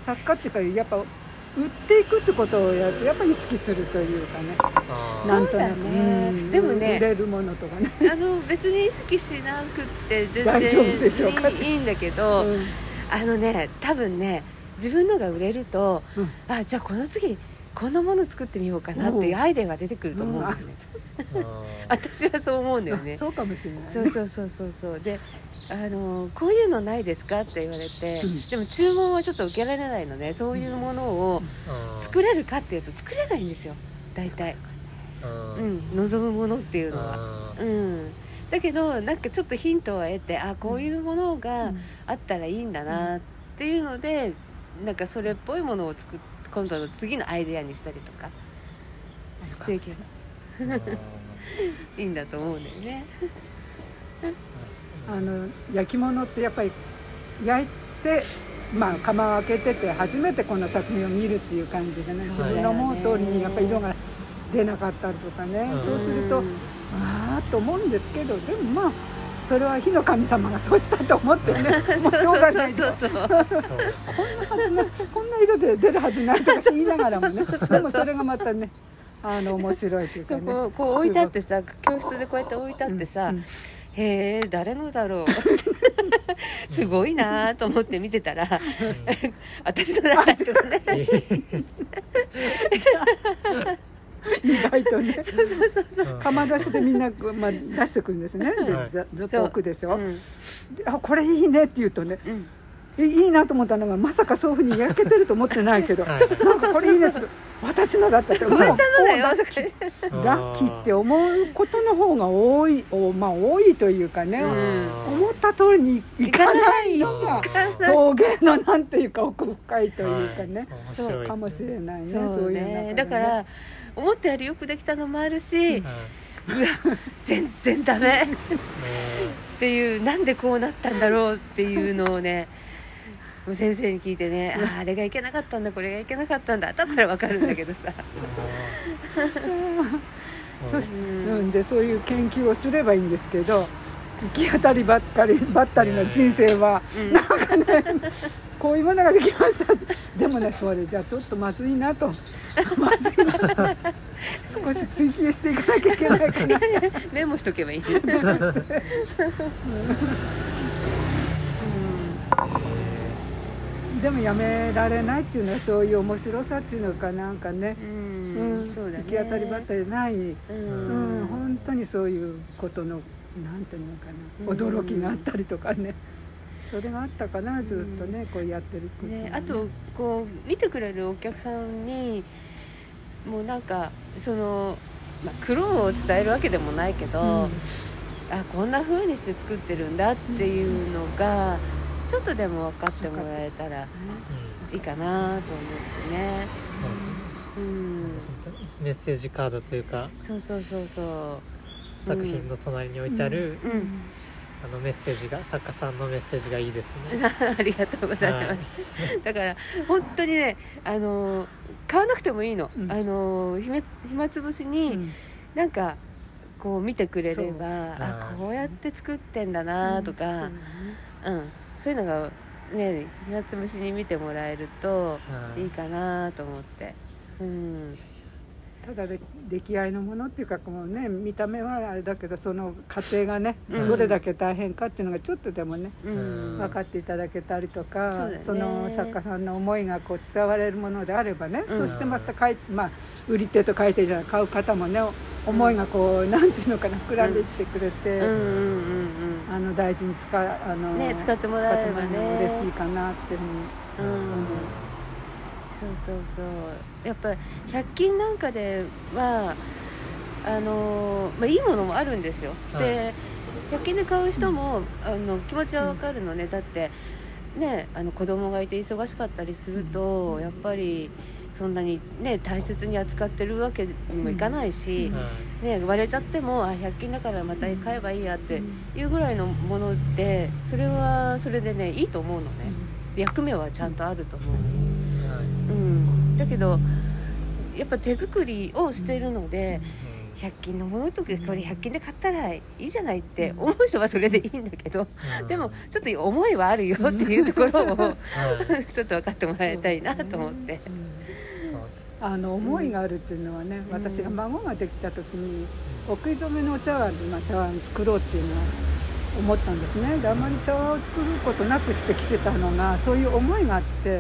作家っていうかやっぱ売っていくってことをやっぱり意識するというかね、なんとなく、 でもね売れるものとかね別に意識しなくって全大丈夫でしょうか然いいんだけど、多分ね自分のが売れると、じゃあこの次こんなもの作ってみようかなっていうアイデアが出てくると思うんだよね、私はそう思うんだよね。 そうかもしれない、ね、 そうでこういうのないですかって言われて、でも注文はちょっと受けられないので、そういうものを作れるかっていうと作れないんですよ大体、望むものっていうのは、だけどなんかちょっとヒントを得て、こういうものがあったらいいんだなっていうので、なんかそれっぽいものを今度の次のアイデアにしたりとかしていけばいいんだと思うんだよね。 焼き物ってやっぱり焼いて、窯を開けてて初めてこの作品を見るっていう感じでね、自分の思う通りにやっぱり色が出なかったりとかね、そうするとと思うんですけど、でもそれは火の神様がそうしたと思ってねもうしょうがないとこんな色で出るはずないとか言いながらもねでもそれがまたね面白いというかね、 こう置いてあってさ、教室でこうやって置いてあってさ、へえ誰のだろうすごいなと思って見てたら私のだった人がね意外とね窯出しでみんな、出してくるんですね、ずっと置くでしょ、これいいねって言うとね、いいなと思ったのが、まさかそういうふうに焼けてると思ってないけど、なんかこれいいです、私のだったって、もうラッキーって思うことの方が多いというかね、思った通りにいかないのが陶芸のなんていうか奥深いというかね、そうかもしれないね、そういう中でね。 だから思ったよりよくできたのもあるし、うわ全然ダメっていう、なんでこうなったんだろうっていうのをね先生に聞いてね、あれがいけなかったんだ、これがいけなかったんだ、後から分かるんだけどさでそういう研究をすればいいんですけど、行き当たりばったりの人生は、なんかねこういうものができました。でもね、それじゃあちょっとまずいなと少し追求していかなきゃいけないかなメモしとけばいいですねでもやめられないっていうのはそういう面白さっていうのかなんかね、 そうだね、 行き当たりばったりない、本当にそういうことのなんていうのかな、驚きがあったりとかね、それがあったかな、ずっとねこうやってるっていう、 あとこう見てくれるお客さんにもうなんかその、苦労を伝えるわけでもないけど、こんな風にして作ってるんだっていうのがちょっとでも分かってもらえたらいいかなと思ってね。 そうですね、本当にメッセージカードというか、 そう作品の隣に置いてある、メッセージが、作家さんのメッセージがいいですねありがとうございますだから本当にね、買わなくてもいいの、暇つぶしに、なんかこう見てくれれば、こうやって作ってんだなとか、そういうのがね暇つぶしに見てもらえるといいかなと思って、 ただで出来合いのものっていうか、こうね、見た目はあれだけど、その過程がね、どれだけ大変かっていうのがちょっとでもね、分かっていただけたりとか、その作家さんの思いがこう伝われるものであればね、そしてまた売り手と買い手じゃない、買う方もね、思いがこうなんていうのかな、膨らんでいってくれて、大事に使ってもらえればね嬉しいかなっていうふうに思う。 やっぱり100均なんかでは、いいものもあるんですよ、で100均で買う人も、気持ちは分かるのね、だってね、子供がいて忙しかったりすると、やっぱりそんなにね大切に扱ってるわけにもいかないし、割れちゃっても100均だからまた買えばいいやっていうぐらいのもので、それはそれでねいいと思うのね、役目はちゃんとあると思う、だけどやっぱ手作りをしているので、 100均のものとかこれ100均で買ったらいいじゃないって思う人はそれでいいんだけど、でもちょっと思いはあるよっていうところをちょっと分かってもらいたいなと思って、 思いがあるっていうのはね、私が孫ができた時にお食い初めの茶碗で茶碗作ろうっていうのは思ったんですね。であまり茶碗を作ることなくしてきてたのがそういう思いがあって、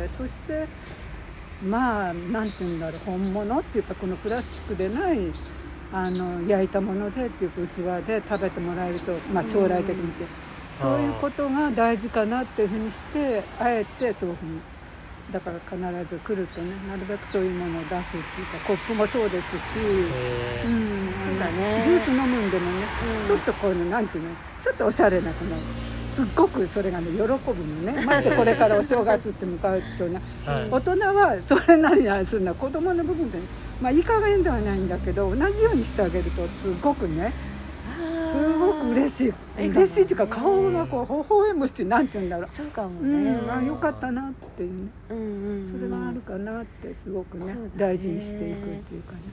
そしてなんていうんだろう、本物っていうかこのプラスチックでない焼いたものでっていう器で食べてもらえると、将来的にそういうことが大事かなっていうふうにして、あえてそういうふうにだから必ず来るとね、なるべくそういうものを出すっていうか、コップもそうですし、 そうだね、 ジュース飲むんでもね、ちょっとこういうのなんていうの、ちょっとおしゃれなこのすっごくそれがね喜ぶのね。ましてこれからお正月って向かうとね、大人はそれなりにあれするのは子供の部分で、いい加減ではないんだけど、同じようにしてあげるとすごくね、すごく嬉しいっていうか、顔がこう微笑むってなんていうんだろう、 そうかもね、 よかったなっていうね、それがあるかなってすごくね大事にしていくっていうかね。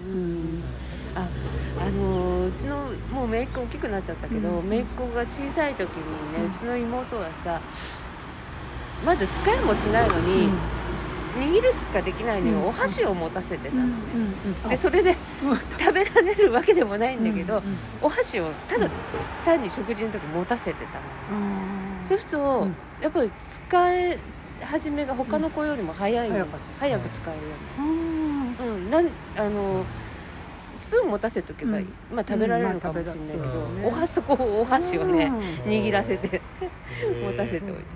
うちのもう姪っ子大きくなっちゃったけど、姪っ子が小さい時にね、うちの妹はさ、まだ使いもしないのに、握るしかできないのにお箸を持たせてたのね、でそれで食べられるわけでもないんだけど、お箸をただ単に食事の時持たせてたの、そうすると、やっぱり使い始めが他の子よりも早く使えるように、スプーン持たせとけば、食べられるかもしれないけど、そこをお箸をね握らせて持たせておいて、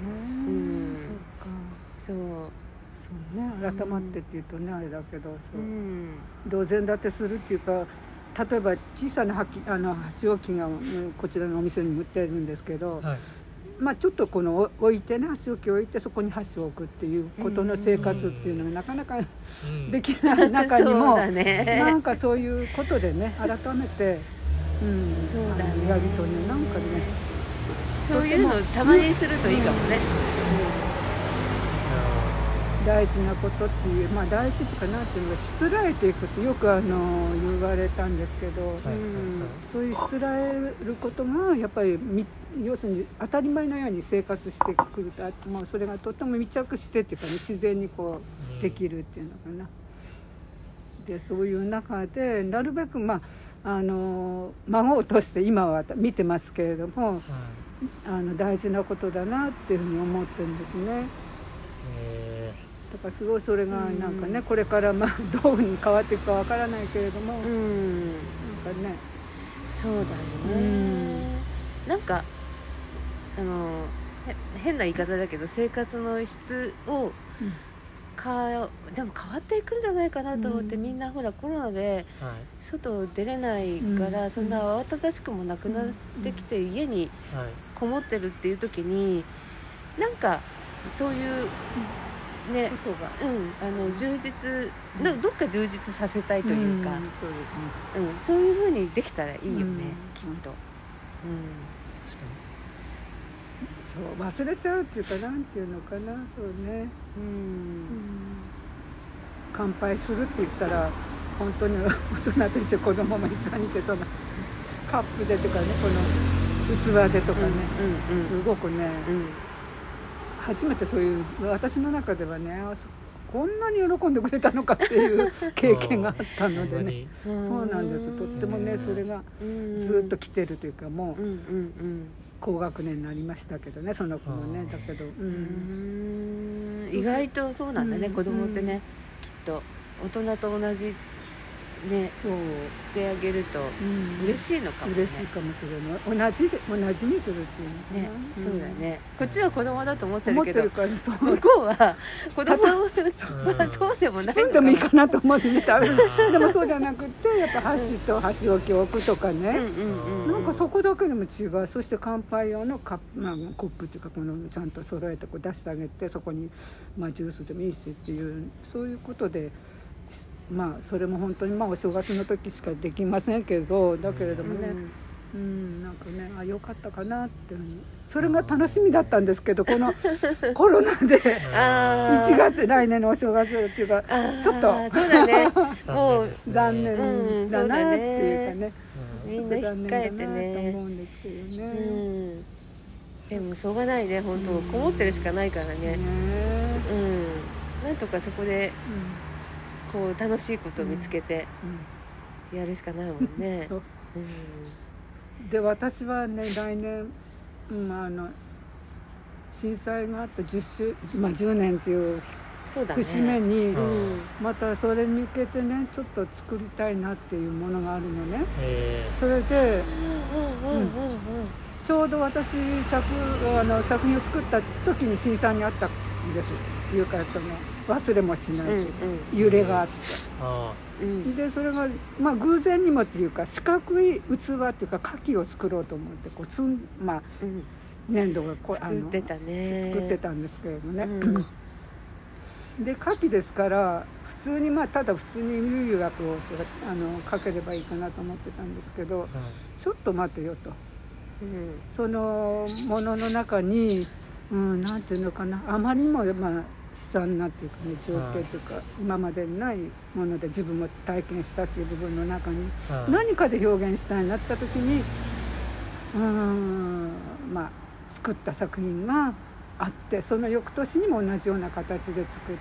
そうね、改まってっていうとねあれだけど、同然立てするっていうか、例えば小さな箸置きがこちらのお店に売ってるんですけど、ちょっとこの置いてね、箸置きを置いてそこに箸を置くっていうことの生活っていうのがなかなかできない中にも、なんかそういうことでね改めて、やるとね、なんかね、 そういうのをたまにするといいかもね。 大事なことっていう、大事かなっていうのが、しつらえていくってよく言われたんですけど、そういうしつらえることがやっぱり要するに当たり前のように生活してくると、それがとっても密着してっていうかね、自然にこうできるっていうのかな。でそういう中でなるべく孫として今は見てますけれども、大事なことだなっていうふうに思ってるんですね。だからすごいそれがなんかね、これからどういうふうに変わっていくかわからないけれども、なんかね、 そうだね、なんか変な言い方だけど、生活の質をでも変わっていくんじゃないかなと思って、みんなほらコロナで外出れないから、そんな慌ただしくもなくなってきて、家にこもってるっていう時に、なんかそういうね、充実、どっか充実させたいというか、そういう風にできたらいいよね、きっと。 そう忘れちゃうっていうか、なんていうのかな、そうね、乾杯するって言ったら本当に大人と一緒、子供も一緒にいて、そのカップでとかね、この器でとかね、すごくね、初めてそういう、私の中ではね、こんなに喜んでくれたのかっていう経験があったのでね、そうなんです。とってもね、それがずっと来てるというか、もう高学年になりましたけどね、その子もね。だけど意外とそうなんだね、子供ってね、きっと大人と同じね、してあげると嬉しいのかもね。 嬉しいかもしれない。同じにするっていうのね、そうだね。こっちは子供だと思ってるけど、向こうは子供はそうでもないのかも。 スプーンでもいいかなと思ってね、食べる。でもそうじゃなくて、やっぱ箸と箸置きを置くとかね、なんかそこだけでも違う。そして乾杯用のコップっていうか、このちゃんと揃えてこう出してあげて、そこにジュースでもいいしっていう、そういうことで。それも本当にお正月の時しかできませんけど、だけれどもね、 なんかね、良かったかなって、それが楽しみだったんですけど、このコロナで1月、来年のお正月っていうかちょっとそうだね、もう残念だなっていうかね、 みんな控えてね、 と思うんですけどね。 でもしょうがないね、本当こもってるしかないからね。なんとかそこでこう楽しいことを見つけてやるしかないもんね。 で、私はね、来年、震災があった10年という節目に、またそれに向けてね、ちょっと作りたいなっていうものがあるのね。それで、ちょうど私作品を作った時に震災にあったんですっていうか、その忘れもしないというか、揺れがあって、でそれが偶然にもっていうか、四角い器っていうか牡蠣を作ろうと思ってこう粘土が作ってたんですけれどね、で牡蠣ですから普通にただ普通に釉薬をかければいいかなと思ってたんですけど、ちょっと待てよと。そのものの中に、なんていうのかな、あまりにも悲惨なっていうかね、情景というか、今までにないもので自分も体験したっていう部分の中に、何かで表現したいなって言った時に、作った作品があって、その翌年にも同じような形で作って、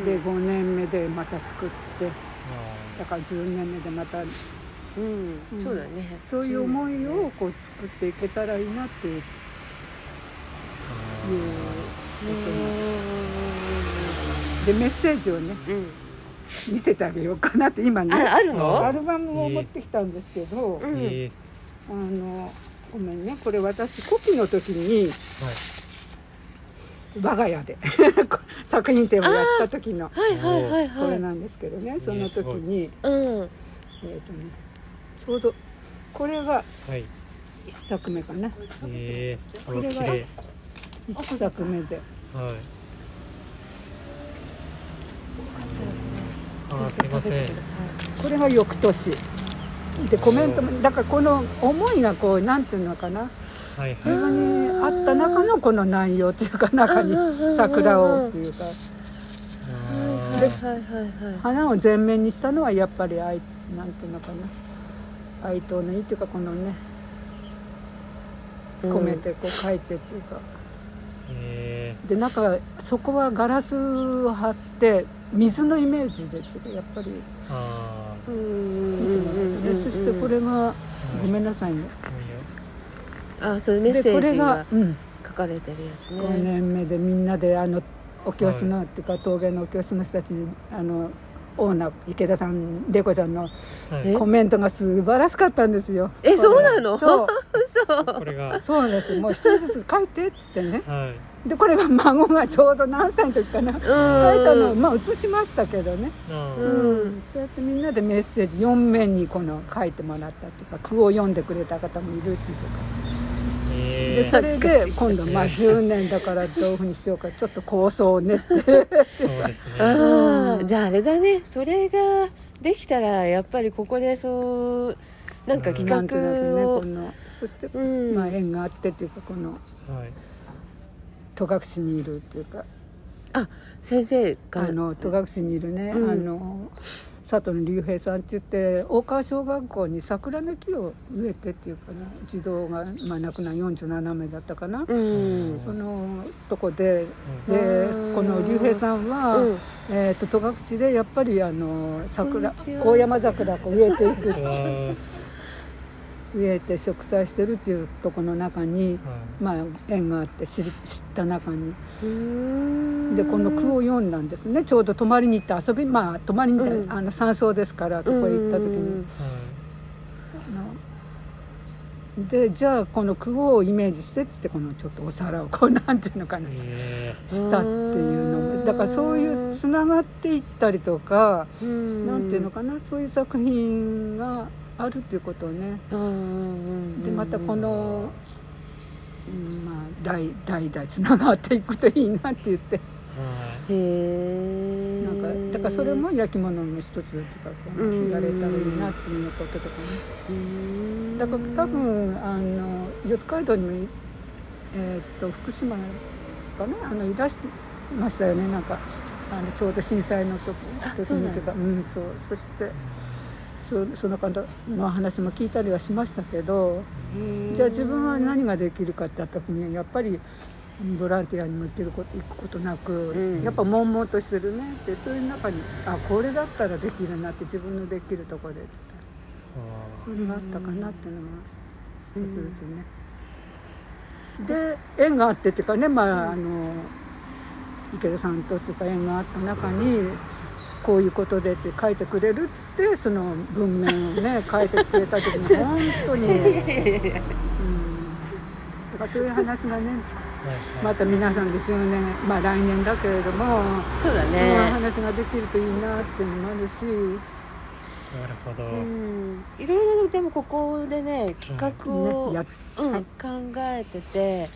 で5年目でまた作って、だから10年目でまた。 そうだね。 そういう思いをこう作っていけたらいいなっていうで、メッセージをね、見せてあげようかなって今ね、 あるの？ アルバムを持ってきたんですけど、ごめんね、これ私古希の時に、我が家で作品展をやった時のこれなんですけどね、その時にちょうどこれが1作目かな。これが1作目で、 すいません。 これが翌年で、コメントもだからこの思いがこうなんていうのかな、自分にあった中のこの内容っていうか、中に桜をっていうか、で花を前面にしたのはやっぱりなんていうのかな、哀悼の意っていうか、このね込めてこう書いてっていうか、でなんかそこはガラスを貼って水のイメージでっていうか、やっぱりそしてこれが、ごめんなさいね、 そういうメッセージが書かれてるやつね。 5年目でみんなでお教室のっていうか、陶芸のお教室の人たちにオーナー池田さん、玲子ちゃんのコメントが素晴らしかったんですよ。 そうなの？ そうこれがそうです。もう一人ずつ書いてっつってね、でこれが孫がちょうど何歳の時かな、書いたのを写しましたけどね、そうやってみんなでメッセージ4面にこの書いてもらったっていうか、句を読んでくれた方もいるしとか、でそれで今度10年だからどういうふうにしようか、ちょっと構想を練ってそうですね。じゃああれだね、それができたらやっぱりここでそうなんか企画を、 そして縁があってっていうか、この戸隠にいるっていうか、 先生が戸隠にいるね、佐藤隆平さんって言って、大川小学校に桜の木を植えてっていうかね、児童が亡くなる47名だったかな、そのとこで、この隆平さんは、戸隠でやっぱり大山桜を植えていく植えて植栽してるっていうところの中に、縁があって知った中に、でこの句を読んだんですね。ちょうど泊まりに行って泊まりに行って山荘ですから、そこへ行った時に、でじゃあこの句をイメージしてっつって、このちょっとお皿をこうなんていうのかな、したっていうのも、だからそういうつながっていったりとか、なんていうのかな、そういう作品があるっていうことをね、でまたこの、代々つながっていくといいなって言って、 へえ。 なんかだからそれも焼き物の一つというか言われたらいいなっていうこととかね。だから多分四街道にも福島がねいらしてましたよね。なんかちょうど震災の時にとか、そうそしてその方の話も聞いたりはしましたけど、じゃあ自分は何ができるかって言った時にやっぱりボランティアにも行くことなく、やっぱ悶々としてるねで、そういう中にこれだったらできるなって自分のできるところでそういうのがあったかなっていうのが一つですよね。で縁があってっていうかね、池田さんとっていうか縁があった中にこういうことでって書いてくれるっつってその文面をね書いてくれた時に本当にだからそういう話がねまた皆さんで10年来年だけれどもそうだね、 そういう話ができるといいなっていうのもあるし、 なるほど、 いろいろでもここでね企画を、考えてて、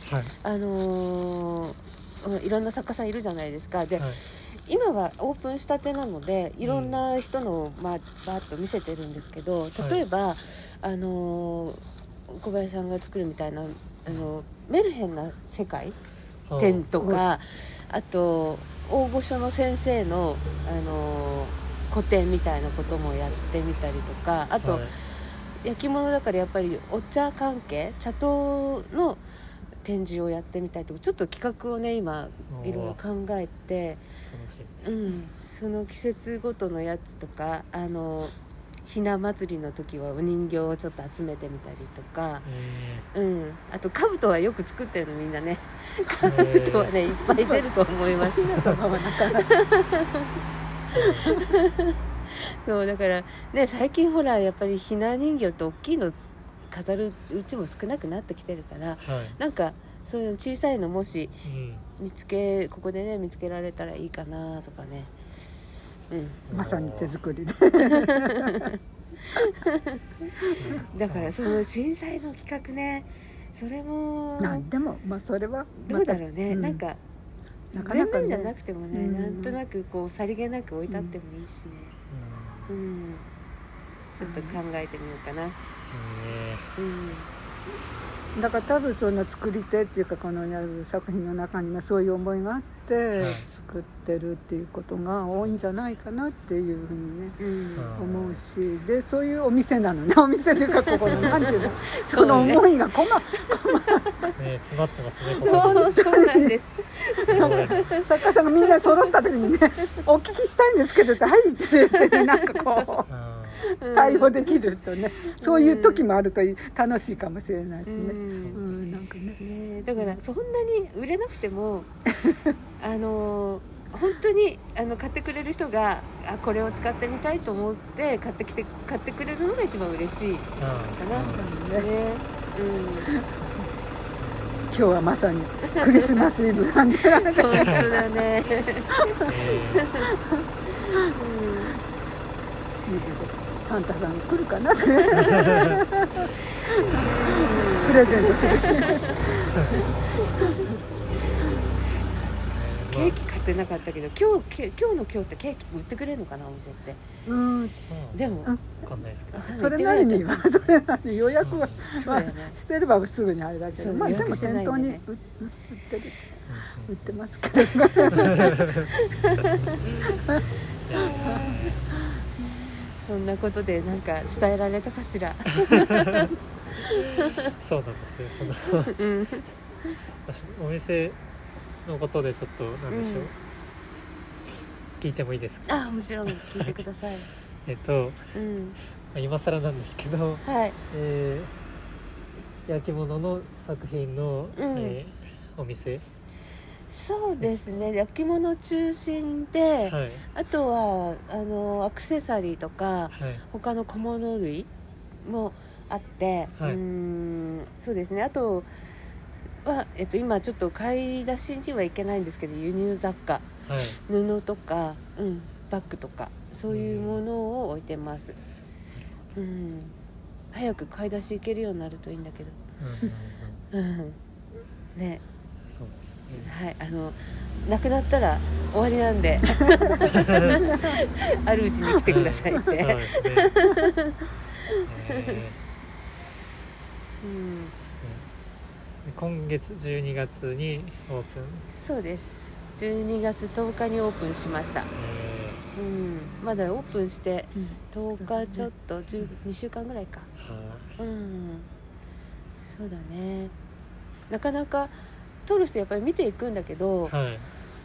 いろんな作家さんいるじゃないですか。で、今はオープンしたてなのでいろんな人の、バーッと見せてるんですけど、例えば、小林さんが作るみたいなメルヘンな世界展とか、あと大御所の先生の、個展みたいなこともやってみたりとか、あと、焼き物だからやっぱりお茶関係茶刀の展示をやってみたいとか、ちょっと企画をね今いろいろ考えて、その季節ごとのやつとかひな祭りの時はお人形をちょっと集めてみたりとか、あと兜はよく作ってるのみんなね。兜はねいっぱい出ると思います。そうだからね、最近ほらやっぱりひな人形って大きいの飾るうちも少なくなってきてるから、なんかそういう小さいのもしここでね見つけられたらいいかなとかね。 まさに手作りでだからその震災の企画ね、それも何でもそれはどうだろうね、なんか全面じゃなくてもね、なんとなくこうさりげなく置いてあってもいいしね、ちょっと考えてみようかな。 だから多分その作り手っていうかこのやる作品の中にはそういう思いがあって作ってるっていうことが多いんじゃないかなっていうふうにね、思うし、でそういうお店なのね、お店というかここのなんていうのその思いが詰まってますね。 そうなんです。 作家さんがみんな揃った時にねお聞きしたいんですけどってはいって言ってね、なんかこう対応できるとね、そういう時もあると楽しいかもしれないしね。なんかね、 だからそんなに売れなくても本当に買ってくれる人がこれを使ってみたいと思って買ってくれるのが一番嬉しいかな。 今日はまさにクリスマスイブなんで本当だね。 サンタさん来るかなってプレゼントするケーキ買ってなかったけど今日ってケーキ売ってくれるのかなお店って。でも分かんないですけど、 それなりに予約はしてればすぐにあれだけど、でも店頭に売ってますけどそんなことでなんか伝えられたかしら。 そうなんですね。私お店のことでちょっとなんでしょう、聞いてもいいですか？ もちろん聞いてください。 今更なんですけど、焼き物の作品の、お店。 そうですね、焼き物中心で、あとはアクセサリーとか、他の小物類もあって、そうですね、あとは、今ちょっと買い出しにはいけないんですけど輸入雑貨、布とか、バッグとかそういうものを置いてます。早く買い出し行けるようになるといいんだけど。ね。 そうですね。 はい、なくなったら終わりなんであるうちに来てくださいって、 そうですね。 うん、 今月12月にオープン。 そうです。12月10日にオープンしました。うん、まだオープンして10日ちょっと2週間ぐらいか。うん、そうだね。なかなか通る人やっぱり見ていくんだけど、 はい、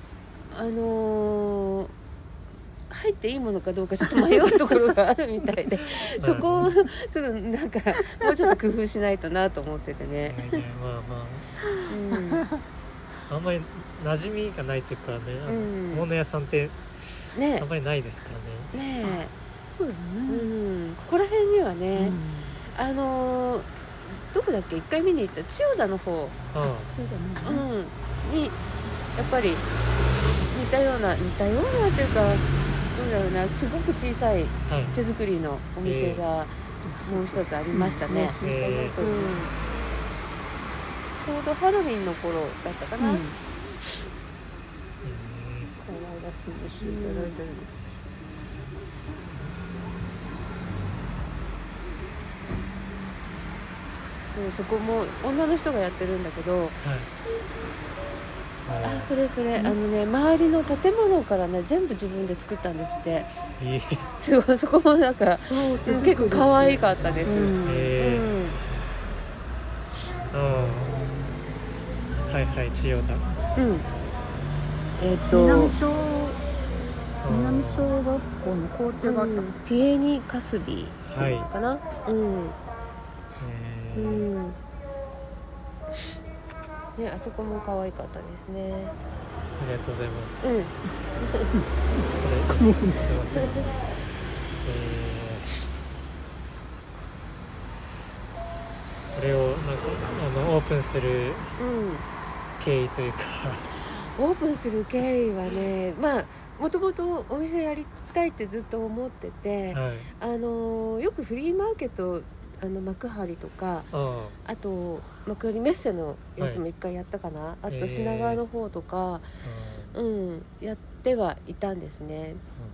入っていいものかどうかちょっと迷うところがあるみたいでそこをちょっとなんかもうちょっと工夫しないとなと思っててね。 まあまあ、あんまり馴染みがないというかね、物屋さんってあんまりないですからね。 ねえ、そうだね。ここら辺にはね、どこだっけ、一回見に行った千代田の方、にやっぱり似たようなっていうか、どうだろうな、すごく小さい手作りのお店がもう一つありましたね。ちょうどハロウィンの頃だったかな。可愛らしいですいただいてる。そこも女の人がやってるんだけど、それ周りの建物からね全部自分で作ったんですって。すごい、そこもなんか結構可愛かったです。 はいはい、千代田。 南小学校の校庭があった。 ピエニカスビーっていうのかな。ね、あそこも可愛かったですね。 ありがとうございます。これをなんかオープンする経緯というか、 オープンする経緯はね、もともとお店やりたいってずっと思ってて、よくフリーマーケット幕張とか、あと幕張メッセのやつも一回やったかな、あと品川の方とか、やってはいたんですね。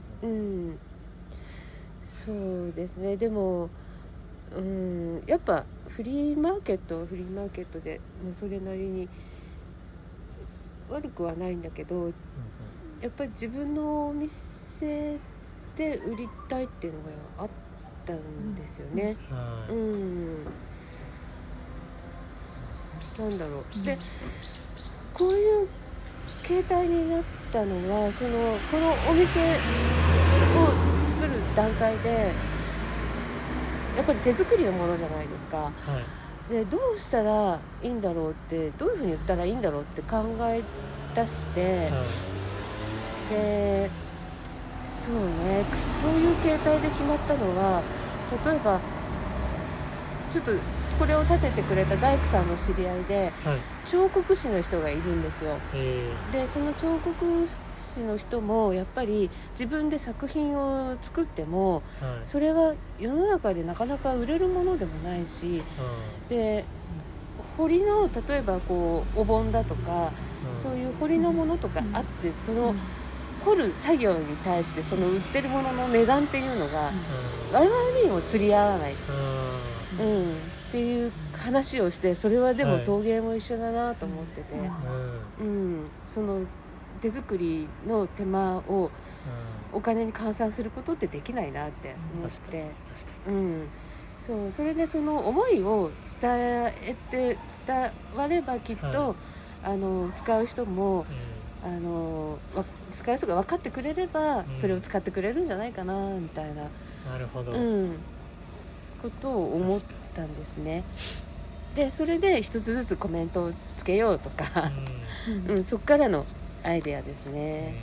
そうですね。でもやっぱフリーマーケットで、それなりに悪くはないんだけど、やっぱり自分のお店で売りたいっていうのがあったんですよね。なんだろう。で、こういう形態になったのは、このお店を作る段階でやっぱり手作りのものじゃないですか。で、どうしたらいいんだろうって、どういうふうに言ったらいいんだろうって考え出して、で、そうね、こういう形態で決まったのは、例えばちょっとこれを立ててくれた大工さんの知り合いで、彫刻師の人がいるんですよ。で、その彫刻師の人もやっぱり自分で作品を作っても、それは世の中でなかなか売れるものでもないし、で、彫りの例えばこうお盆だとか、そういう彫りのものとかあって、その彫る作業に対してその売ってるものの値段っていうのが我々にも釣り合わない、っていう話をして、それはでも陶芸も一緒だなと思ってて、その手作りの手間をお金に換算することってできないなって思って、それでその思いを伝わればきっと、使う人も、使う人が分かってくれれば、それを使ってくれるんじゃないかなみたいな、ことを思ったんですね。で、それで一つずつコメントをつけようとか、そこからのアイデアですね。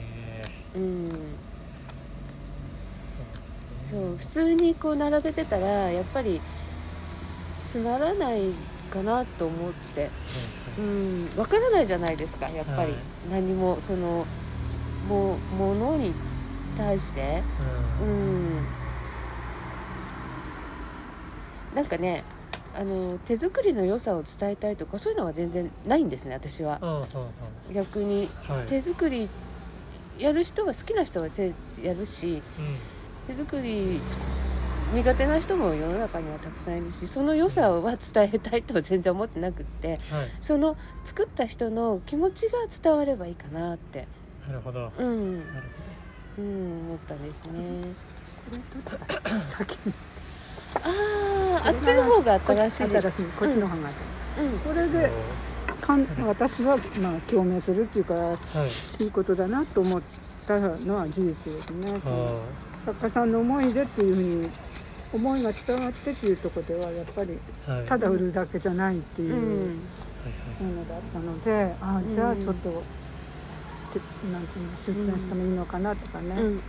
そう、普通にこう並べてたらやっぱりつまらないかなと思って、分からないじゃないですか、やっぱり、何もそのものに対して、なんかね、 手作りの良さを伝えたいとかそういうのは全然ないんですね、私は。逆に、はい、手作りやる人は好きな人はやるし、手作り苦手な人も世の中にはたくさんいるし、その良さは伝えたいとは全然思ってなくって、はい、その作った人の気持ちが伝わればいいかなって。 なるほど、なるほど、 思ったんですね。これ先にあっちの方が新しいです。 こっちの方が、これで私はまあ共鳴するっていうか、いいことだなと思ったのは事実ですね。作家さんの思いでっていうふうに思いが伝わってっていうところではやっぱりただ売るだけじゃないっていうものだったので、じゃあちょっとなんていうの出展してもいいのかなとかね、面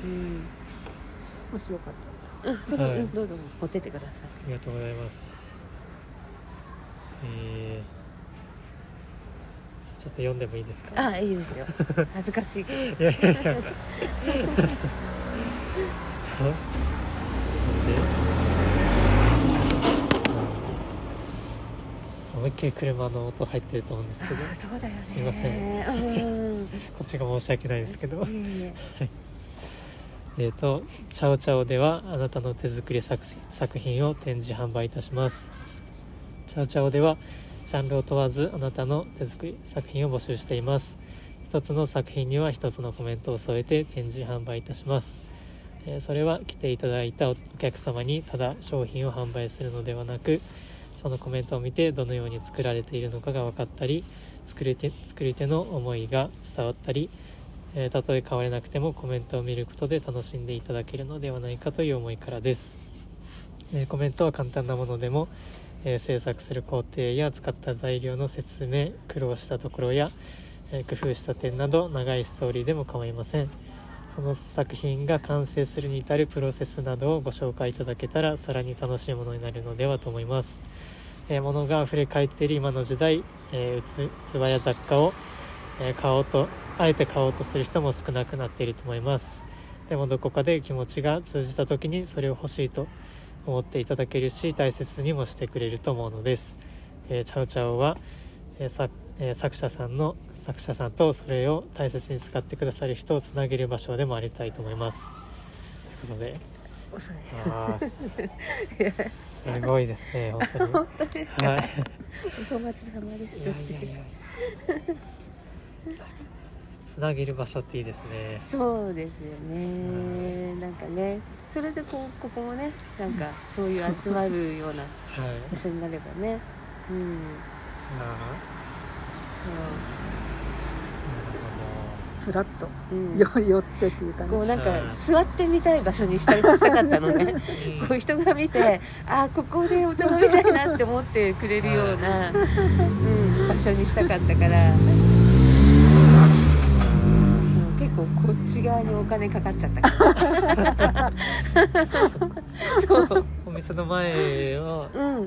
白かった。 どうぞ持ってってください。 ありがとうございます。ちょっと読んでもいいですか？ いいですよ。恥ずかしいけど。 思いっきり車の音入ってると思うんですけど、 そうだよね、 すいません、こっちが申し訳ないですけど、チャオチャオではあなたの手作り作品を展示販売いたします。チャオチャオではジャンルを問わずあなたの手作り作品を募集しています。一つの作品には一つのコメントを添えて展示販売いたします。それは来ていただいたお客様にただ商品を販売するのではなく、そのコメントを見てどのように作られているのかが分かったり、作り手の思いが伝わったり、たとえ買われなくてもコメントを見ることで楽しんでいただけるのではないかという思いからです。コメントは簡単なものでも、制作する工程や使った材料の説明、苦労したところや、工夫した点など長いストーリーでも構いません。その作品が完成するに至るプロセスなどをご紹介いただけたらさらに楽しいものになるのではと思います。物が溢れ返っている今の時代、器や雑貨を、あえて買おうとする人も少なくなっていると思います。でもどこかで気持ちが通じた時にそれを欲しいと思っていただけるし、大切にもしてくれると思うのです。チャオチャオは、作者さんとそれを大切に使ってくださる人をつなげる場所でもありたいと思います。ということで、すごいですね、本当に。 本当ですか。お粗末様です。 つなげる場所っていいですね。 そうですよね。なんかね、それでここもね、なんかそういう集まるような場所になればね。 フラッと、寄ってっていうかね、 こうなんか座ってみたい場所にしたかったのね。こう人が見て、ここでお茶飲みたいなって思ってくれるような、場所にしたかったから、結構こっち側にお金かかっちゃったからそう、 お店の前は、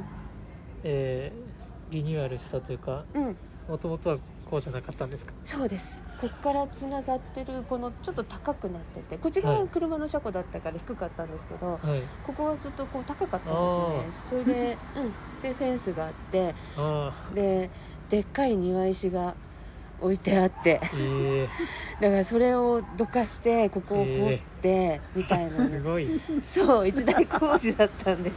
リニューアルしたというか、もともとはこうじゃなかったんですか？ そうです。こっからつながってるこのちょっと高くなってて、こっち側は車の車庫だったから低かったんですけど、ここはずっとこう高かったんですね。それで、でフェンスがあって、でっかい庭石が置いてあって、だからそれをどかしてここを掘ってみたいな、 すごい。 そう一大工事だったんです。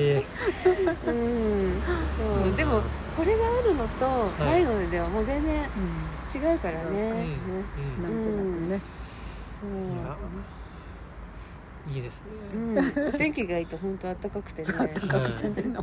そうでもこれがあるのとないのではもう全然違うからね。なんとなくね。 いいですね。 お天気がいいと本当暖かくてね。 暖かくてね。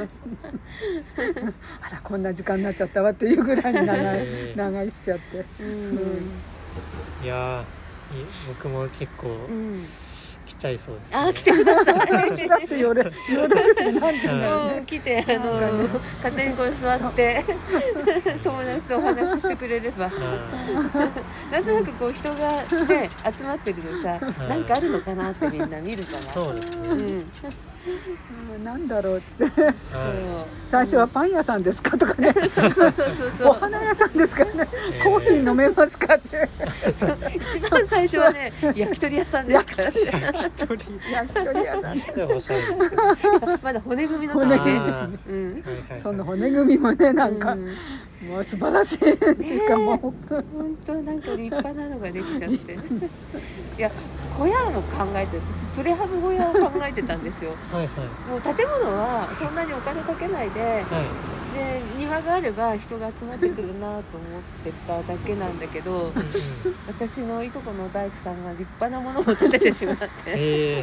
あらこんな時間になっちゃったわっていうぐらいに長いしちゃって。 いや僕も結構来ちゃいそうですね。 来てください。 だって寄れてなんてね。 来て勝手にこう座って友達とお話ししてくれれば、なんとなくこう人がね集まってるとさ、なんかあるのかなってみんな見るじゃない。 そうですね。 なんだろうって最初はパン屋さんですかとかね、お花屋さんですかね、コーヒー飲めますかって、 一番最初はね焼き鳥屋さんですからね。 焼き鳥屋さんっておしゃれですけど、 まだ骨組みの時その骨組みもねなんか、もう素晴らしいっていうか、もう本当なんか立派なのができちゃっていや小屋も考えて、私プレハブ小屋を考えてたんですよはいはいもう建物はそんなにお金かけないで、で庭があれば人が集まってくるなと思ってただけなんだけど私のいとこの大工さんが立派なものを建ててしまって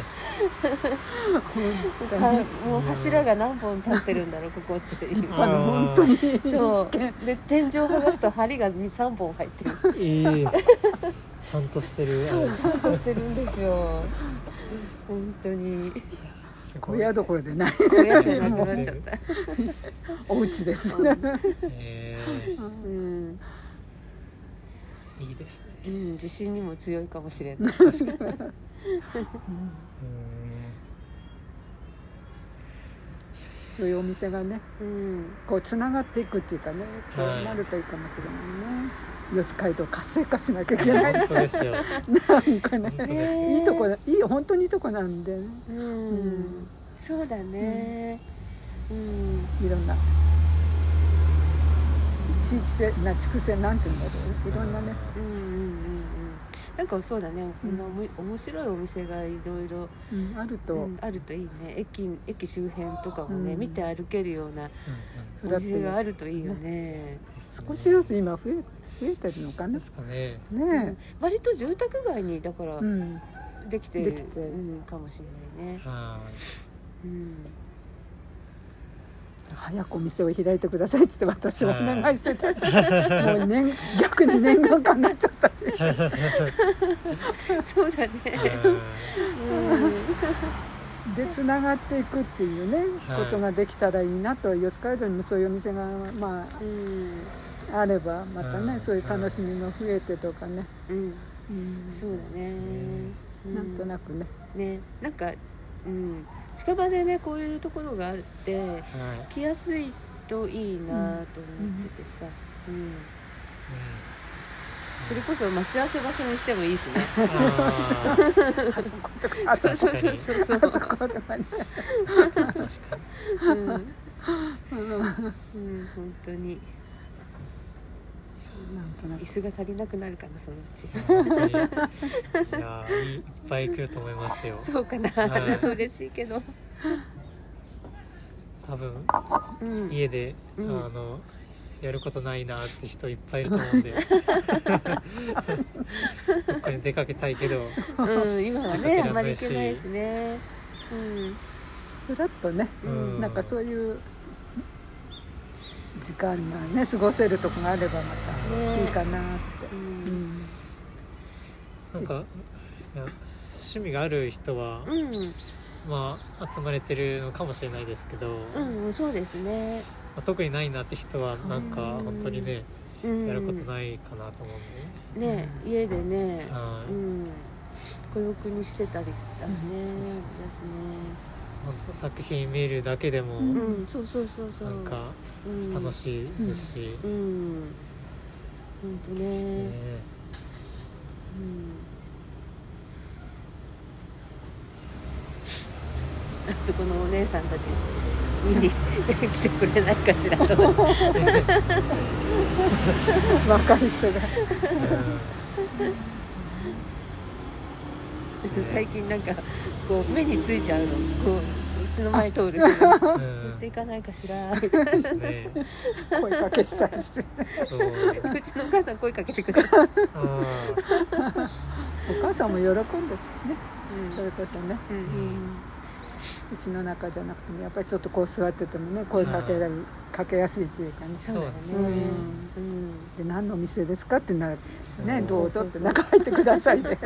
もう柱が何本立ってるんだろうここっていう本当にそうで天井を剥がすと針が3本入ってるちゃんとしてる。 そうちゃんとしてるんですよ本当に小屋どころでない小屋じゃなくなっちゃったお家です、 うんいいですね、 地震にも強いかもしれない確かにそういうお店がね、こうつながっていくっていうかね、こうなるといいかもしれないね。四街道活性化しなきゃいけない。 本当ですよ。 なんかね、いいとこ、本当にいいとこなんで、 そうだね。 いろんな地域性な地区性なんていうんだろう、いろんなね。 なんかそうだね、面白いお店がいろいろあるといいね。駅周辺とかもね、見て歩けるようなお店があるといいよね。 少しずつ今増えてるのかな。 ですかね。 ね、割と住宅街にだからできてるかもしれないね。 早くお店を開いてくださいって私はお願いしてた。もう逆に念願かになっちゃった。 そうだね。 でつながっていくっていうね、ことができたらいいなと。四街道にもそういうお店がまああればまたね、そういう楽しみも増えてとかね。 そうだね。 なんとなくね。 ね、なんか近場でねこういうところがあるって来やすいといいなと思っててさ、それこそ待ち合わせ場所にしてもいいしね。 あそことか、 そうあそことかね。 確かに。 本当に。椅子が足りなくなるかなそのうち。 いやいっぱい来ると思いますよ。 そうかな、嬉しいけど。 多分、家でやることないなって人いっぱいいると思うんで。どっかに出かけたいけど。 今はねあまり行けないしね。 ふらっとね、なんかそういう時間がね過ごせるとこがあればまたいいかなって。 なんか趣味がある人は、まあ集まれてるのかもしれないですけど、 そうですね。 特にないなって人はなんか本当にね、やることないかなと思うんで。 ね、家でね、孤独にしてたりしたね。私ね。 本当作品見るだけでも、 そうなんか楽しいですし、 本当ね。あそこのお姉さんたち見に来てくれないかしらと。 若い人が。 最近なんかこう目についちゃうの、こううちの前通る人が持っていかないかしらみたいな。 声かけしたりして。 うちのお母さん声かけてくれる。 お母さんも喜んでね、それこそね。うちの中じゃなくてもやっぱりちょっとこう座っててもね声かけやすいっていうかね。 そうだね。 で何のお店ですかってなるね、どうぞって中入ってくださいで。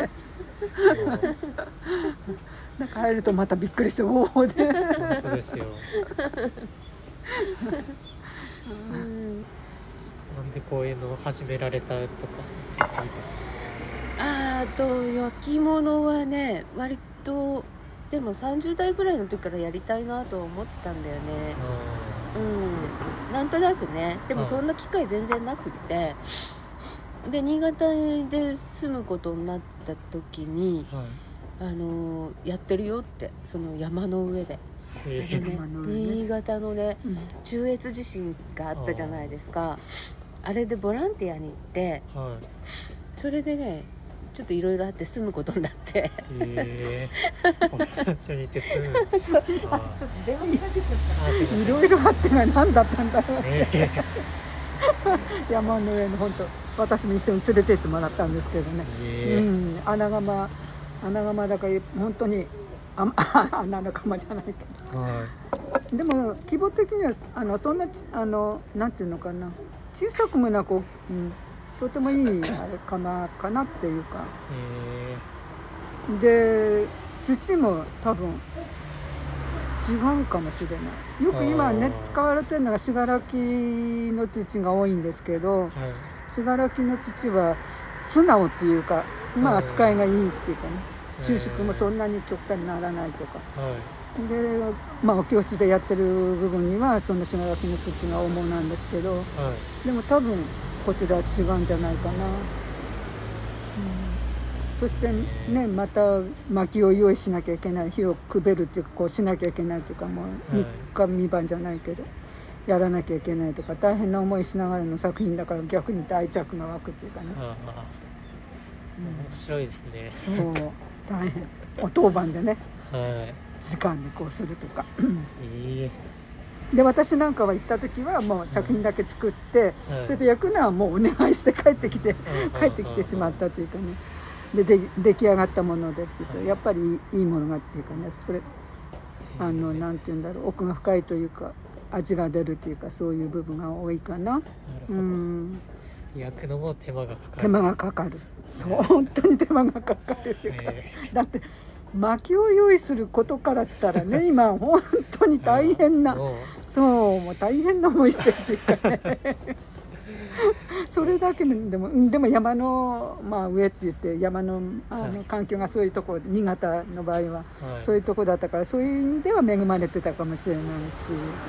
中入るとまたびっくりしておおで。 本当ですよ。なんでこういうのを始められたとかいいですか？ 焼き物はね割とでも30代ぐらいの時からやりたいなとは思ってたんだよね。なんとなくね。でもそんな機会全然なくって、で新潟で住むことになった時に、やってるよってその山の上で、新型のね、中越地震があったじゃないですか。あれでボランティアに行って、それでねちょっといろいろあって住むことになって、 ボランティアに行って住むちょっと電話にかけちゃった。 いろいろあってが何だったんだろうって、山の上の本当私も一緒に連れて行ってもらったんですけどね、穴窯だから本当に穴の窯じゃないけど、でも規模的にはそんななんていうのかな、小さくもなく、とてもいい窯かなっていうか、で土も多分違うかもしれない。よく今ね使われてるのが信楽の土が多いんですけど、信楽の土は素直っていうか、扱いがいいっていうかね、収縮もそんなに極端にならないとか、でお教室でやってる部分にはその信楽の土が主なんですけど、でも多分こちらは違うんじゃないかな。そしてね、また薪を用意しなきゃいけない、火をくべるっていうかこうしなきゃいけないというか、もう3日3晩じゃないけどやらなきゃいけないとか、大変な思いしながらの作品だから逆に愛着が湧くっていうかね。 面白いですね。 そう大変、お当番でね、時間にこうするとかで、私なんかは行った時はもう作品だけ作って、それで焼くのはもうお願いして帰ってきてしまったというかね。で出来上がったものでっていうと、やっぱりいいものがっていうかね、それなんていうんだろう、奥が深いというか味が出るというか、そういう部分が多いかな。 焼くのも手間がかかる。 手間がかかる。そう、本当に手間がかかるというか、だって薪を用意することからって言ったらね、今本当に大変な、そうもう大変な思いしてるっていうかね。それだけでも山の、上って言って山の、環境がそういうところ、新潟の場合は、そういうところだったから、そういう意味では恵まれてたかもしれないし、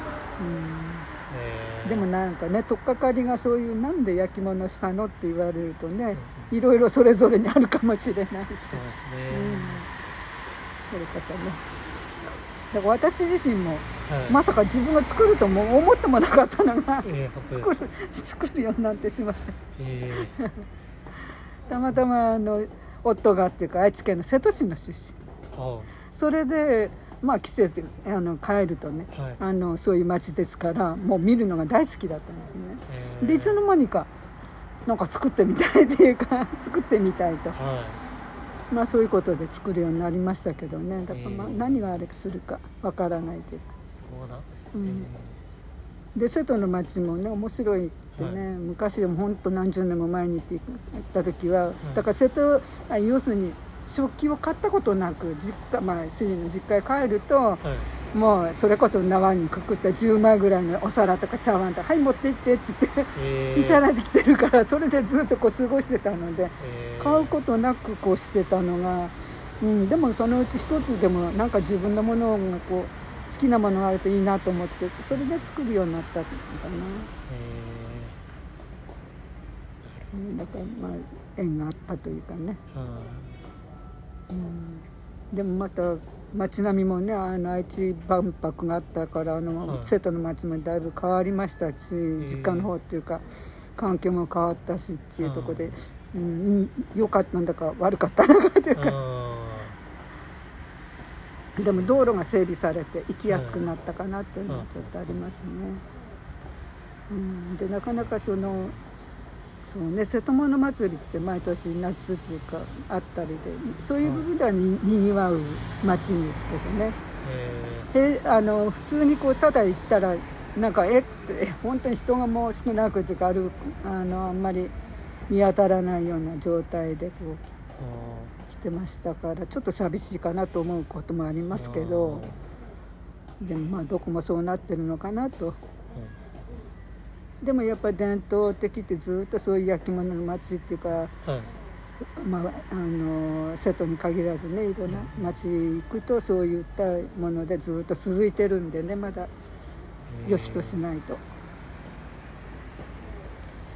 でもなんかね、取っかかりがそういうなんで焼き物したのって言われるとね、いろいろそれぞれにあるかもしれないし、それこそね、だから私自身も、まさか自分が作るとも思ってもなかったのが、作るようになってしまって、たまたま夫がっていうか愛知県の瀬戸市の出身、それで季節帰るとね、そういう町ですからもう見るのが大好きだったんですね。でいつの間にかなんか作ってみたいっていうか作ってみたいと、そういうことで作るようになりましたけどね。だから何があれするかわからないというか。 そうなんですね。 で瀬戸の町もね面白いってね、昔でも本当何十年も前に行った時は、だから瀬戸要するに食器を買ったことなく主人の実家へ帰ると、もうそれこそ縄にくくった10枚ぐらいのお皿とか茶碗とか、はい持って行ってって言っていただいてきてるから、それでずっとこう過ごしてたので、買うことなくこうしてたのが、でもそのうち一つでもなんか自分のものがこう好きなものがあるといいなと思って、それで作るようになったのかな。だから縁があったというかね。でもまた街並みもね、愛知万博があったから瀬戸の街もだいぶ変わりましたし、実家の方っていうか環境も変わったしっていうところで、良かったんだか悪かったんだかというか、でも道路が整備されて行きやすくなったかなっていうのはちょっとありますね。でなかなかそうね、瀬戸物祭りって毎年夏っていうかあったりで、そういう部分ではにぎわう街ですけどね。普通にこうただ行ったらなんか本当に人がもう少なくていうかあんまり見当たらないような状態でこう来てましたから、ちょっと寂しいかなと思うこともありますけど、でもどこもそうなってるのかなと。でもやっぱり伝統的ってずっとそういう焼き物の町っていうか、瀬戸に限らずね、いろんな町行くとそういったものでずっと続いてるんでね、まだよしとしないと。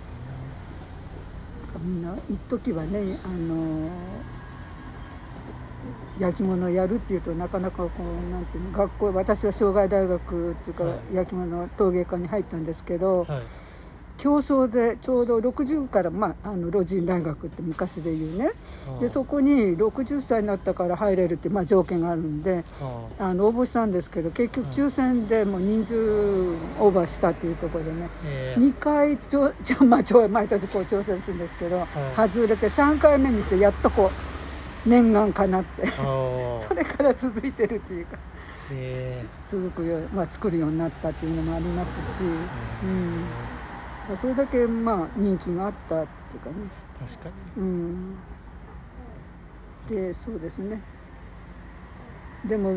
みんな一時はね、 焼き物をやるっていうとなかなかこうなんていうの、学校、私は障害大学っていうか、焼き物陶芸科に入ったんですけど、競争でちょうど60から、老人大学って昔で言うね、でそこに60歳になったから入れるって、条件があるんで応募したんですけど、結局抽選でもう人数オーバーしたっていうところでね、2回毎年こう挑戦するんですけど、外れて3回目にしてやっとこう念願かなってそれから続いてるっていうか、続くよ、作るようになったっていうのもありますし、それだけ人気があったっていうかね。 確かに。 でそうですね。でも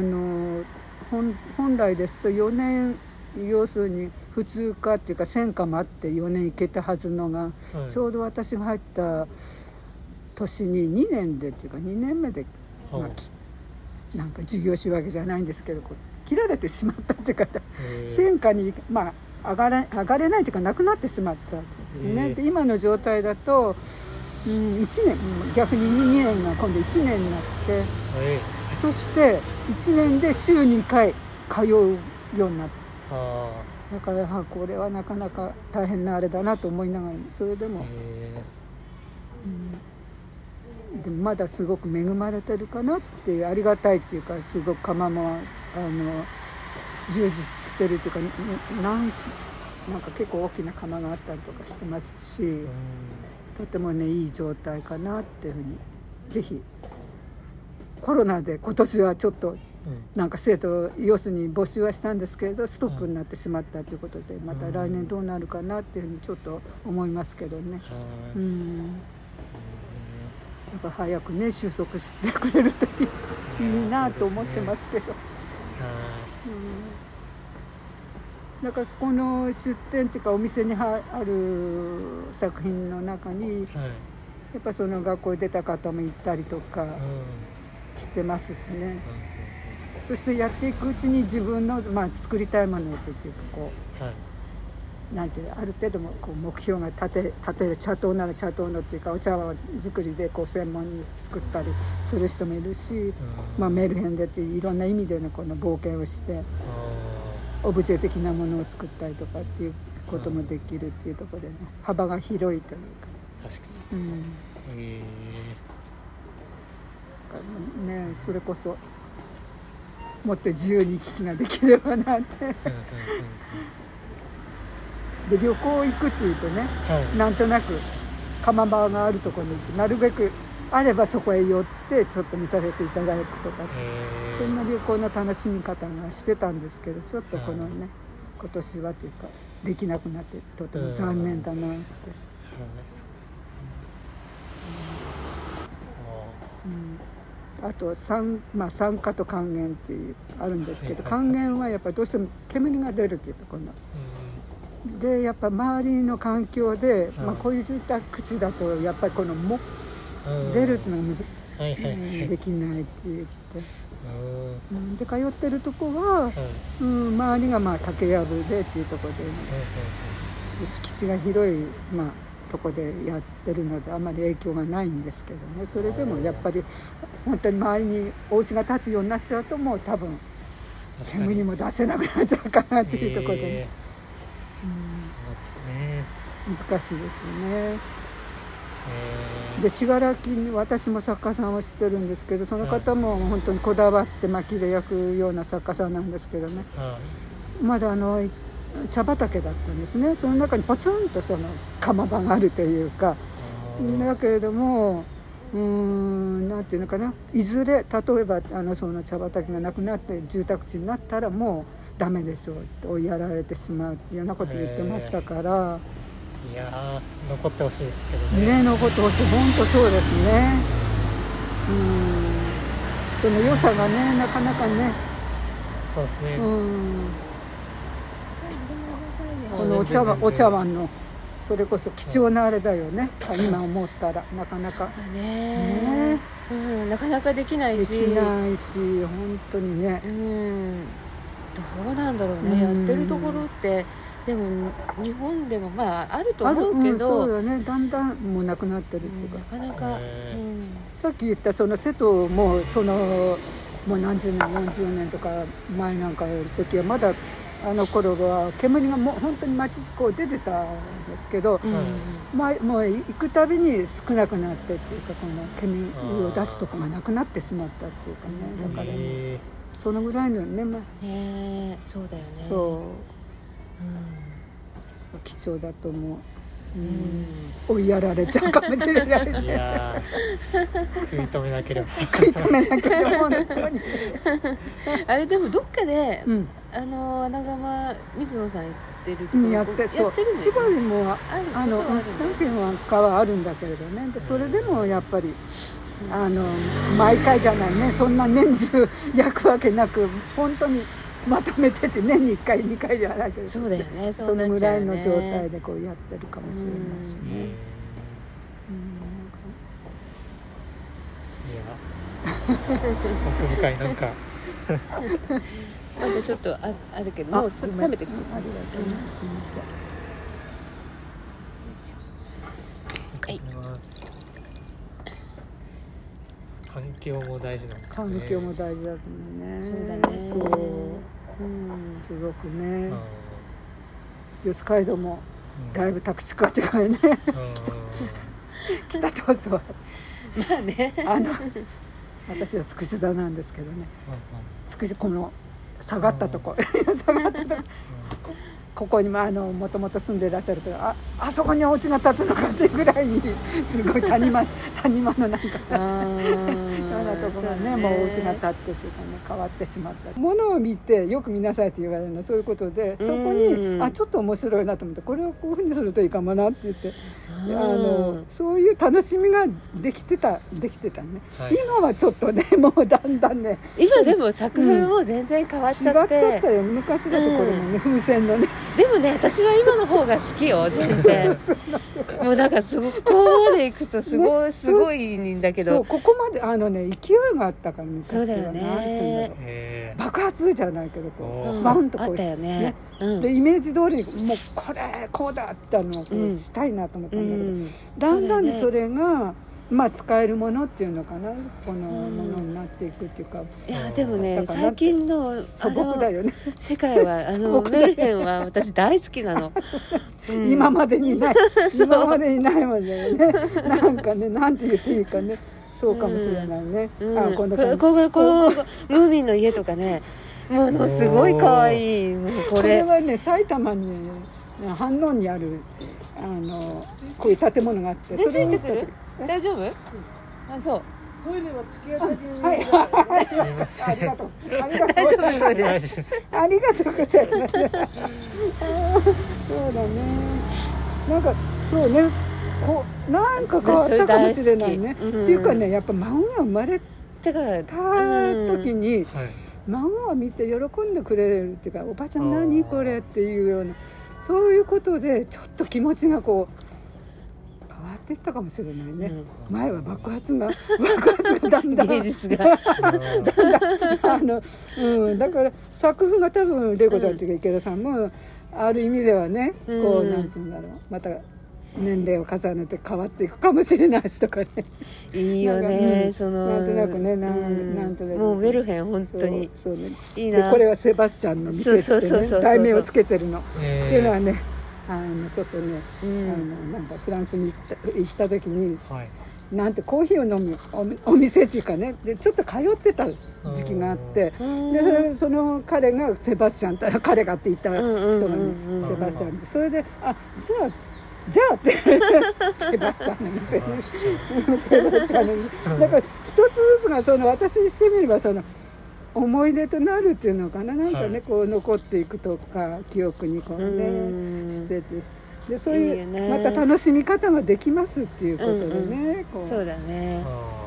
本来ですと4年、要するに普通科っていうか専科もあって4年行けたはずのが、ちょうど私が入った年に2年でっていうか2年目で、なんか授業しわけじゃないんですけど、切られてしまったっていうか、専科に上がれないというかなくなってしまったんですね。で今の状態だと、1年、逆に2年が今度1年になって、そして1年で週2回通うようになった。だからこれはなかなか大変なあれだなと思いながら、それでも、でもまだすごく恵まれてるかなっていう、ありがたいっていうか、すごく窯も充実してるというか、なんか結構大きな窯があったりとかしてますし、とてもねいい状態かなっていうふうに。ぜひコロナで今年はちょっとなんか生徒要するに募集はしたんですけれどストップになってしまったということで、また来年どうなるかなっていうふうにちょっと思いますけどね。だから早くね収束してくれるといいなと思ってますけど。だからこの出店っていうかお店にある作品の中に、やっぱその学校に出た方もいたりとかしてますしね。そしてやっていくうちに自分の、作りたいものっていうかこう、なんていうある程度もこう目標が立てる、茶糖なら茶糖のっていうかお茶碗作りでこう専門に作ったりする人もいるし、メルヘンでっていういろんな意味でのこの冒険をしてオブジェ的なものを作ったりとかっていうこともできるっていうところでね、幅が広いというか。 確かに。 ね、それこそもっと自由に行き来ができればなってで旅行行くっていうとね、なんとなく窯場があるところに行ってなるべくあればそこへ寄ってちょっと見させていただくとか、そんな旅行の楽しみ方がしてたんですけど、ちょっとこのね、今年はというかできなくなってとても残念だなって。あと酸化と還元っていうあるんですけど、還元はやっぱりどうしても煙が出るっていうところで、やっぱ周りの環境で、こういう住宅地だとやっぱりこの出るっていうのができないって言って、で通ってるとこは、周りが竹やぶでっていうところで、敷地が広いとこでやってるのであまり影響がないんですけどね。それでもやっぱり本当に周りにお家が建つようになっちゃうともう多分煙も出せなくなっちゃうかなっていうところで、難しいですよね。で信楽に私も作家さんを知ってるんですけど、その方も本当にこだわって薪で焼くような作家さんなんですけどね、まだ茶畑だったんですね。その中にポツンとその窯場があるというか、だけれどもなんていうのかな、いずれ例えばその茶畑がなくなって住宅地になったらもうダメでしょうって追いやられてしまうっていうようなことを言ってましたから、 いや残ってほしいですけどね。 残ってほしい、本当そうですね。その良さがねなかなかね。 そうですね。 このお茶碗のそれこそ貴重なあれだよね、今思ったらなかなかね、なかなかできないし本当にね、 どうなんだろうね、やってるところってでも日本でもまああると思うけど、 そうだね、だんだんもうなくなってるっていうか、 なかなか、 さっき言ったその瀬戸ももう何十年40年とか前なんかの時はまだあの頃は煙がもう本当に街こう出てたんですけど、もう行くたびに少なくなってっていうか、この煙を出すとこがなくなってしまったっていうかね、だからもうそのぐらいのね、 そうだよね。 そう、貴重だと思う。追いやられちゃうかもしれない。 いや食い止めなければ食い止めなければ本当にあれでもどっかで、穴窯水野さん行ってるところやってるんだよね。千葉にも何軒かはあるんだけれどね。でそれでもやっぱり毎回じゃないね、そんな年中焼くわけなく、本当にまとめてて年に1回2回じゃないけど、 そうだよね、 そのぐらいの状態でこうやってるかもしれないしね。 いや奥深いなんかまだちょっとあるけど、もうちょっと冷めてきちゃった。 ありがとうございます。すみません。はい。環境も大事なんですね。 環境も大事だと思うね。 そうだね。 そう、すごくね。四街道もだいぶ宅地化っていうね。来た当初はまあね。 私はつくし座なんですけどね。つくしこの下がったとこ、ここにもともと住んでいらっしゃると、あそこにお家が建つのかっていうぐらいにすごい谷間のなんかようなとこがね、もうお家が建ってっていうかね、変わってしまった。ものを見てよく見なさいって言われるのはそういうことで、そこにちょっと面白いなと思って、これをこういうふうにするといいかもなって言って、そういう楽しみができてたね、今はちょっとね、もうだんだんね、 今でも作風も全然変わっちゃって、 違っちゃったよ。昔だとこれもね、風船のね、 でもね、私は今の方が好きよ、全然もうだからすごくここまで行くとすごいんだけど、 そうここまで勢いがあったから昔は。 そうだよね、 爆発じゃないけどこうバウンとこうあったよね、 でイメージ通りもうこうだってのをしたいなと思ったんだけど、だんだんにそれが使えるものっていうのかな、このものになっていくっていうか。 いやでもね、最近の素朴だよね、 世界はメルヘンは私大好きなの。 今までにないもんだよね。なんかね、なんて言っていいかね、そうかもしれないね。 こうムーミンの家とかね、ものすごい可愛い。 これはね、埼玉に飯能にあるこういう建物があって、 それに大丈夫？あ、そう。 トイレは突き当たり。はい。ありがとう。 大丈夫、トイレ。 ありがとうございます。そうだね。なんかそうね。なんか変わったかもしれないね。っていうかね、やっぱ孫が生まれた時に孫を見て喜んでくれるっていうか、おばちゃん何これっていうような、そういうことでちょっと気持ちがこう変わっていったかもしれないね。前は爆発がだんだん芸術がだから作風が多分玲子さんというか池田さんもある意味ではね、こうなんていうんだろう、また年齢を重ねて変わっていくかもしれないしとかね。 いいよね、 なんとなくね、なんとなくもうメルヘン本当にそうね。 いいな。 でこれはセバスチャンの店ってね、題名をつけてるの。っていうのはね、ちょっとね、なんかフランスに行った時に、なんてコーヒーを飲むお店っていうかね、でちょっと通ってた時期があって、でその彼がセバスチャン、彼がって言った人がね、セバスチャンで、それでじゃあってセバスチャンの店にセバスチャンの店だから一つずつが私にしてみれば思い出となるっていうのかな、なんかね、こう残っていくとか記憶にこうねしてて、でそういうまた楽しみ方ができますっていうことでね、 そうだね。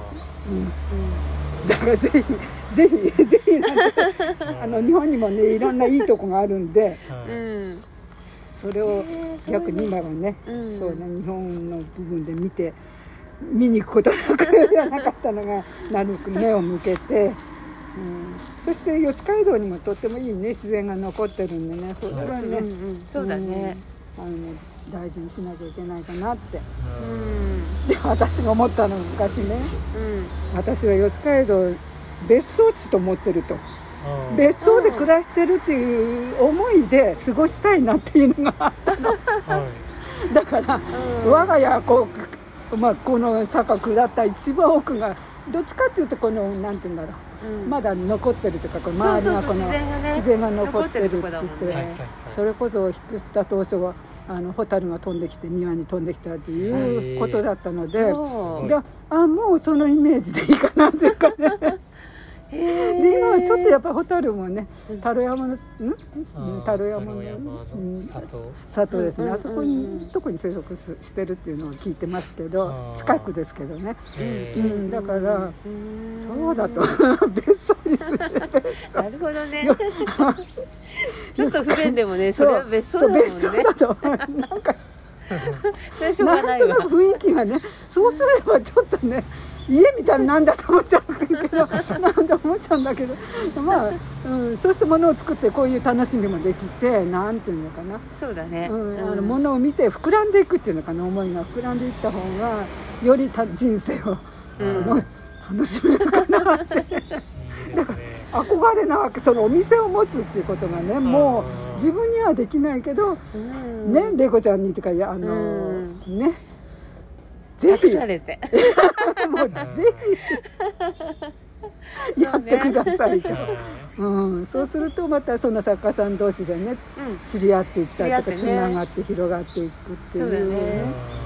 だからぜひなんか日本にもねいろんないいとこがあるんで、それを逆に今はね、そうね、日本の部分で見に行くことなかったのがなるべく目を向けて、 そして四街道にもとってもいいね自然が残ってるんでね、それはね、 そうだね、 大事にしなきゃいけないかなって、で私が思ったの昔ね、私は四街道別荘地と思ってると、別荘で暮らしてるっていう思いで過ごしたいなっていうのがあったの、だから、我が家この坂下った一番奥がどっちかっていうとこのなんていうんだろう、まだ残ってるというか、この周りがこの自然が残ってるって言って、それこそ引っ越した当初はホタルが飛んできて庭に飛んできたということだったので、もうそのイメージでいいかなというかねで今はちょっとやっぱホタルもね、タロ山の里ですね、あそこに特に生息してるっていうのを聞いてますけど、近くですけどね、だからそうだと別荘にする。なるほどねちょっと不便でもね、それは別荘だもんね。別荘だとなんかしょうがないわ。なんとなく雰囲気がね、そうすればちょっとね家みたいなんだと思っちゃうけどなんて思っちゃうんだけど、そうして物を作ってこういう楽しみもできて、なんていうのかな、 そうだね、 物を見て膨らんでいくっていうのかな、思いが膨らんでいった方がより人生を、楽しめるかなってだから憧れなわけ、そのお店を持つっていうことがね、もう自分にはできないけど、ね、玲子ちゃんにとかね、ぜひされてもうぜひやってくださいと、そうするとまたその作家さん同士でね、知り合っていったりとか、つながって広がっていくっていうね、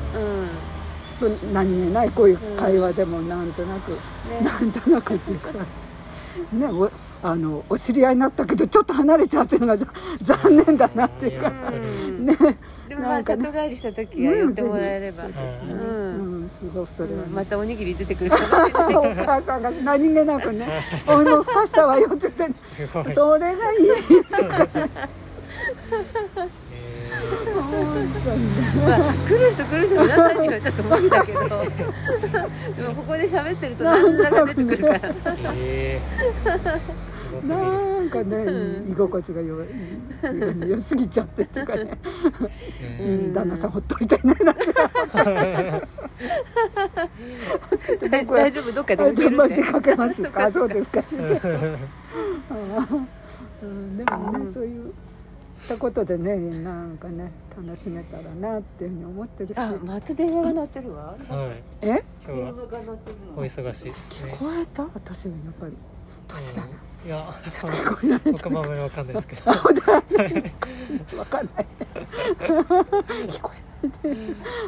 何気ないこういう会話でもなんとなくっていうかね、お知り合いになったけどちょっと離れちゃうっていうのが残念だなっていうか、ね、 でも里帰りした時は寄ってもらえれば、すごくそれは、 またおにぎり出てくるかもしれないお母さんが何気なくね「おいもふかしたわよ」って言ってそれがいい来る人皆さんにはちょっと無理だけどでもここで喋ってると何だか出てくるからなんかね、居心地が良すぎちゃってとかね旦那さんほっといてね大丈夫、どっかで出かけますかそうですかでもね、そういったことでね、なんかね楽しめたらなっていうふうに思ってるし、 また電話が鳴ってるわ。 今日はお忙しいですね。 聞こえた？私もやっぱり年だな。 いや、 ちょっと聞こえない。 僕もあんまりわかんないですけど。 わかんない。聞こえないで。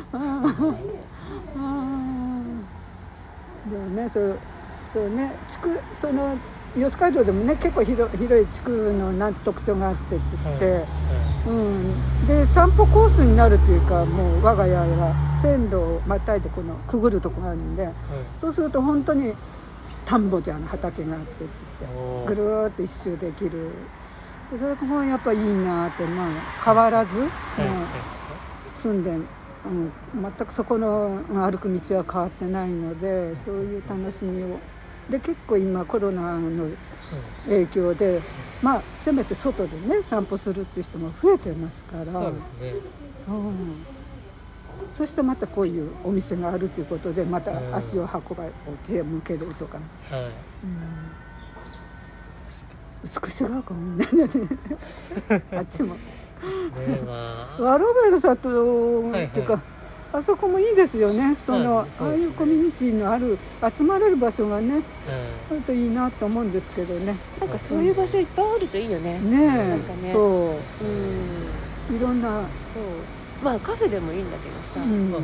でもね、そうね、その四街道でもね、結構広い地区の特徴があってって言って、で散歩コースになるというか、もう我が家は線路をまたいでこのくぐるとこがあるんで、そうすると本当に田んぼじゃん、畑があってって言ってぐるーっと一周できる。でそれもやっぱいいなって、変わらず、住んで、全くそこの歩く道は変わってないので、そういう楽しみをで、結構今コロナの影響で、せめて外でね散歩するっていう人も増えてますから、 そうですね。 そしてまたこういうお店があるということで、また足を運ばれて向けるとか、少し違うかもねあっちもワロベル里っていうか、あそこもいいですよね。ああいうコミュニティのある集まれる場所がね、あるといいなと思うんですけどね。 なんかそういう場所いっぱいあるといいよね。 なんかね、そう、いろんな、 カフェでもいいんだけどさ、 そうですね。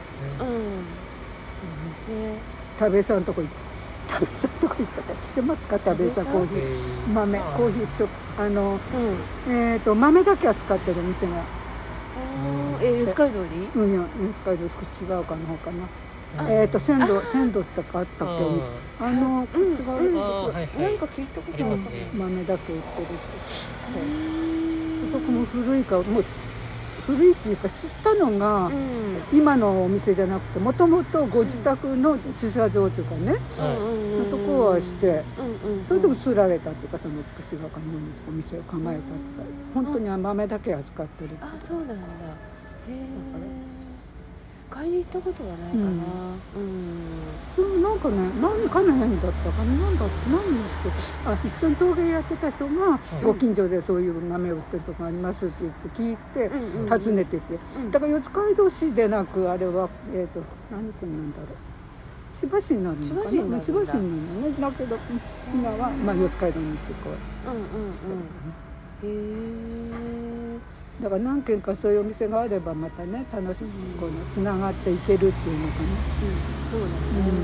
田部さんとこ行ったか知ってますか？田部さんコーヒー豆コーヒーショップ、豆だけ扱ってる店が。 四街道に？ 四街道少し違うかの方かな。鮮度ってかあったっけ？違う。 なんか聞いたことある。 豆だけ売ってるって。そこも古いからもう古いっていうか知ったのが、今のお店じゃなくてもともとご自宅の駐車場というかね、のとこはして、それで移られたっていうか、その美しが丘のお店を構えたって本当に豆だけ扱ってるっていう。 あ、そうなんだ。へえ。買いに行ったことはないかな。 そうなんかね、何かの辺だったかな、何してた、あ、一緒に陶芸やってた人が、ご近所でそういう豆を売ってるとこありますって言って聞いて、訪ねてて、だから四街道市でなく、あれは何区なんだろう、千葉市になるのかな、千葉市になるのね。だけど今は四街道に行ってこう。へえ。だから何軒かそういうお店があればまたね、楽しみにこうつながっていけるっていうのかな。 そうだね。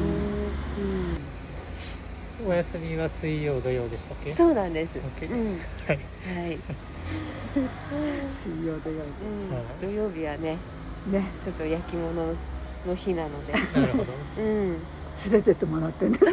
お休みは水曜土曜でしたっけ？ そうなんです。 OK です。はい。 水曜土曜。 土曜日はね、ちょっと焼き物の日なので。 なるほど。 連れてってもらってんです。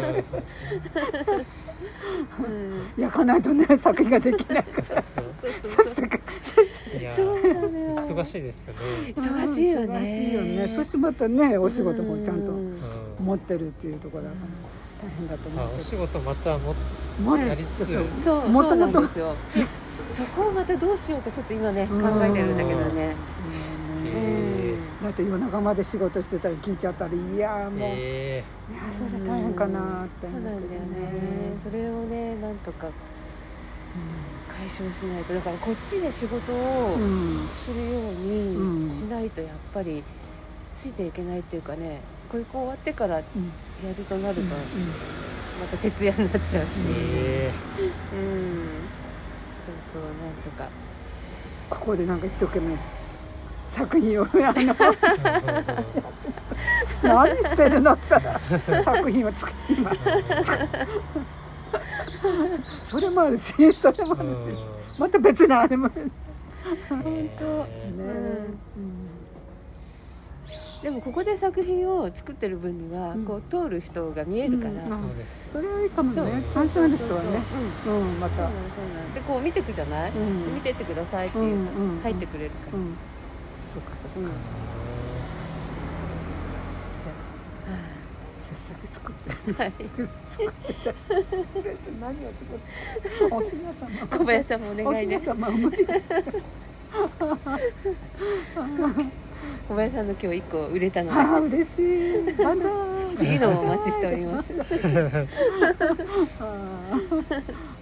焼かないとね、作品ができないから。 いや、忙しいですよね。 忙しいよね。 そしてまたね、お仕事もちゃんと持ってるっていうところだから大変だと思う。 お仕事またやりつつ、 そうなんですよ。そこをまたどうしようかちょっと今ね考えてるんだけどね。 だって夜中まで仕事してたり聞いちゃったり、いやもう、いやそれ大変かなって。 そうなんだよね。それをね、なんとか解消しないと。だからこっちで仕事をするようにしないとやっぱりついていけないっていうかね、これ終わってからやるとなるとまた徹夜になっちゃうし、そうなんとかここでなんか一生懸命作品を何してるのって言ったら作品を今それもあるし、また別なあれも本当でもここで作品を作ってる分にはこう通る人が見えるから、 それはいいかもね。関心ある人はね、またでこう見てくじゃない、見てってくださいっていう入ってくれるから。 そうか。じゃあ切削作って何を作っておひな様、 小林さんもお願いです。小林さんの今日1個売れたので嬉しい。 次のお待ちしております。